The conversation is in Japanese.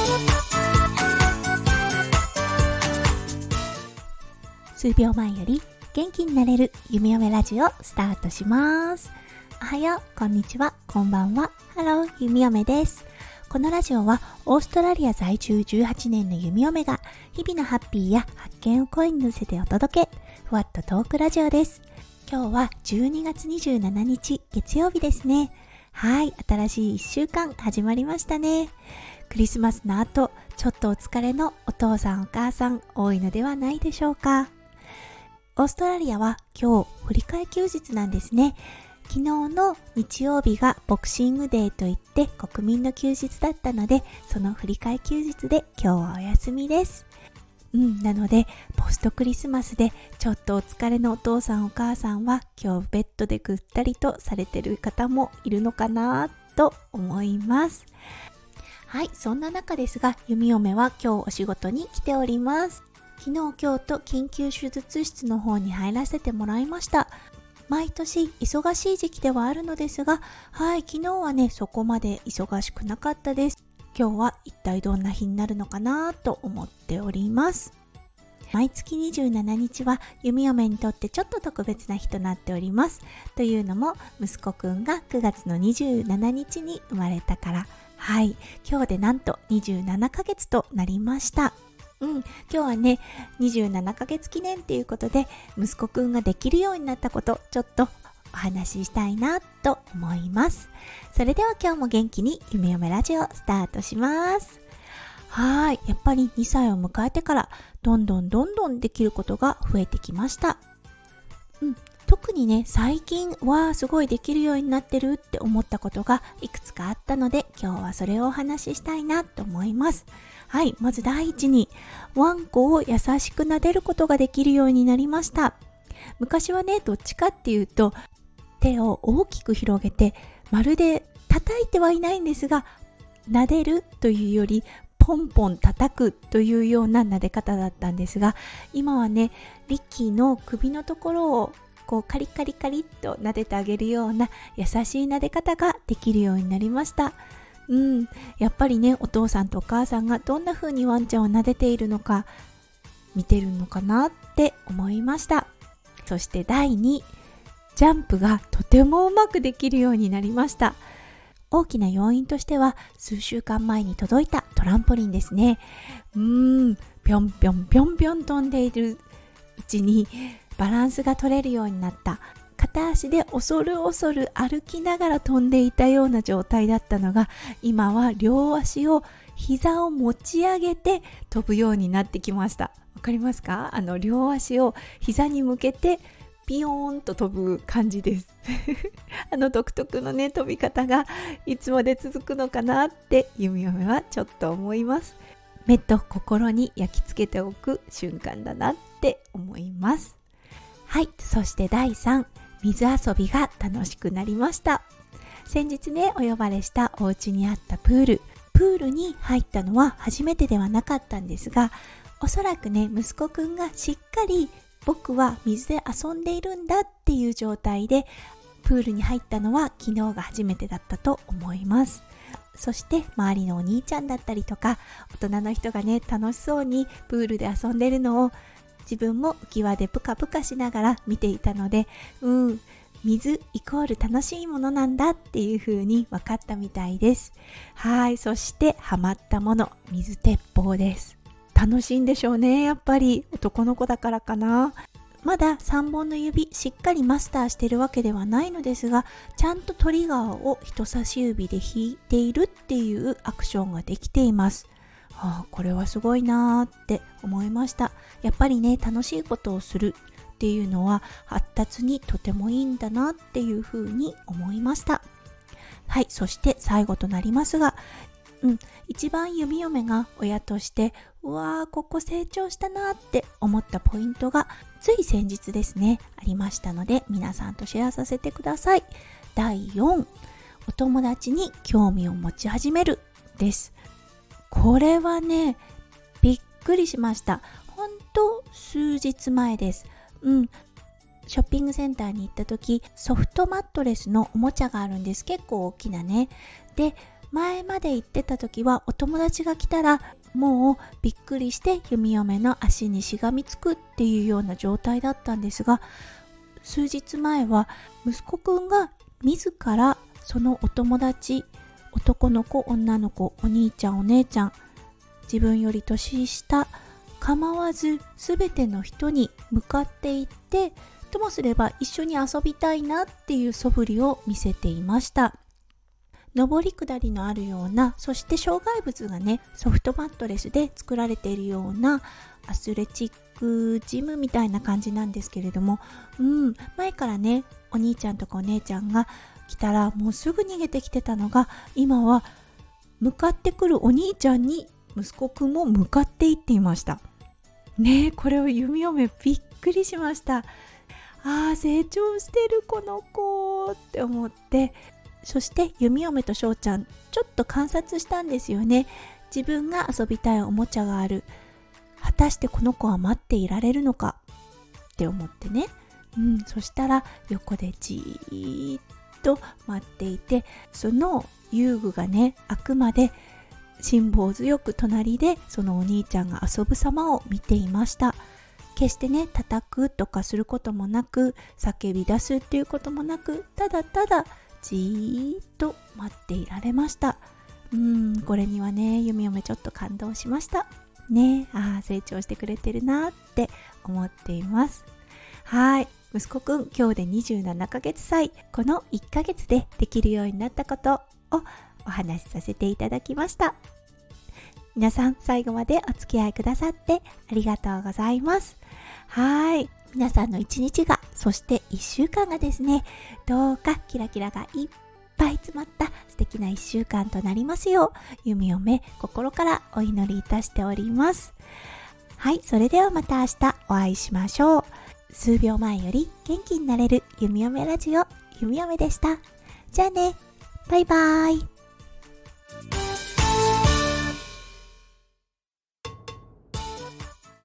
数秒前より元気になれる弓嫁ラジオスタートします。おはよう、こんにちは、こんばんは。ハロー、弓嫁です。このラジオはオーストラリア在住18年の弓嫁が日々のハッピーや発見を声に乗せてお届け、ふわっとトークラジオです。今日は12月27日月曜日ですね。はい、新しい1週間始まりましたね。クリスマスの後、ちょっとお疲れのお父さんお母さん多いのではないでしょうか。オーストラリアは今日振り替え休日なんですね。昨日の日曜日がボクシングデーといって国民の休日だったので、その振り替え休日で今日はお休みです。なのでポストクリスマスでちょっとお疲れのお父さんお母さんは今日ベッドでぐったりとされてる方もいるのかなと思います。はい、そんな中ですが、弓嫁は今日お仕事に来ております。昨日今日と緊急手術室の方に入らせてもらいました。毎年忙しい時期ではあるのですが、はい、昨日はねそこまで忙しくなかったです。今日は一体どんな日になるのかなと思っております。毎月27日は弓嫁にとってちょっと特別な日となっております。というのも息子くんが9月の27日に生まれたから、はい、今日でなんと27ヶ月となりました。今日はね27ヶ月記念っていうことで息子くんができるようになったことちょっとお話ししたいなと思います。それでは今日も元気に弓嫁ラジオスタートします。はい、やっぱり2歳を迎えてからどんどんできることが増えてきました。特にね最近はすごいできるようになってるって思ったことがいくつかあったので、今日はそれをお話ししたいなと思います。はい、まず第一にワンコを優しく撫でることができるようになりました。昔はねどっちかっていうと手を大きく広げてまるで叩いてはいないんですが撫でるというよりポンポン叩くというような撫で方だったんですが、今はねリッキーの首のところをこうカリカリカリっと撫でてあげるような優しい撫で方ができるようになりました。やっぱりねお父さんとお母さんがどんな風にワンちゃんを撫でているのか見てるのかなって思いました。そして第2、ジャンプがとてもうまくできるようになりました。大きな要因としては数週間前に届いたトランポリンですね。ぴょんぴょんぴょんぴょん飛んでいるうちにバランスが取れるようになった。片足で恐る恐る歩きながら飛んでいたような状態だったのが、今は両足を膝を持ち上げて飛ぶようになってきました。わかりますか？両足を膝に向けてピヨーンと飛ぶ感じです独特のね飛び方がいつまで続くのかなって弓嫁はちょっと思います。目と心に焼き付けておく瞬間だなって思います。はい、そして第3、水遊びが楽しくなりました。先日ねお呼ばれしたお家にあったプールに入ったのは初めてではなかったんですが、おそらくね息子くんがしっかり僕は水で遊んでいるんだっていう状態でプールに入ったのは昨日が初めてだったと思います。そして周りのお兄ちゃんだったりとか大人の人がね楽しそうにプールで遊んでるのを自分も浮き輪でプカプカしながら見ていたので、水イコール楽しいものなんだっていう風に分かったみたいです。はい、そしてハマったもの、水鉄砲です。楽しいんでしょうね、やっぱり男の子だからかな。まだ3本の指しっかりマスターしてるわけではないのですが、ちゃんとトリガーを人差し指で引いているっていうアクションができています。これはすごいなーって思いました。やっぱりね楽しいことをするっていうのは発達にとてもいいんだなっていうふうに思いました。はい、そして最後となりますが、一番弓嫁が親としてここ成長したなって思ったポイントがつい先日ですねありましたので、皆さんとシェアさせてください。第4、お友達に興味を持ち始めるです。これはねびっくりしました。ほんと数日前です。ショッピングセンターに行った時、ソフトマットレスのおもちゃがあるんです。結構大きなね。で前まで言ってた時はお友達が来たらもうびっくりして弓嫁の足にしがみつくっていうような状態だったんですが、数日前は息子くんが自らそのお友達、男の子、女の子、お兄ちゃん、お姉ちゃん、自分より年下構わず全ての人に向かっていって、ともすれば一緒に遊びたいなっていう素振りを見せていました。上り下りのあるような、そして障害物がねソフトマットレスで作られているようなアスレチックジムみたいな感じなんですけれども、前からねお兄ちゃんとかお姉ちゃんが来たらもうすぐ逃げてきてたのが、今は向かってくるお兄ちゃんに息子くんも向かっていっていましたね。これを弓嫁びっくりしました。成長してるこの子って思って、そして弓嫁と翔ちゃんちょっと観察したんですよね。自分が遊びたいおもちゃがある、果たしてこの子は待っていられるのかって思ってね、そしたら横でじーっと待っていて、その遊具がねあくまで辛抱強く隣でそのお兄ちゃんが遊ぶ様を見ていました。決してね叩くとかすることもなく、叫び出すっていうこともなく、ただただじーっと待っていられました。これにはね弓嫁ちょっと感動しましたね。成長してくれてるなって思っています。息子くん今日で27ヶ月歳。この1ヶ月でできるようになったことをお話しさせていただきました。皆さん最後までお付き合いくださってありがとうございます。皆さんの一日が、そして1週間がですね、どうかキラキラがいっぱい詰まった素敵な1週間となりますよう、弓嫁心からお祈りいたしております。それではまた明日お会いしましょう。数秒前より元気になれる弓嫁ラジオ、弓嫁でした。じゃあね、バイバイ。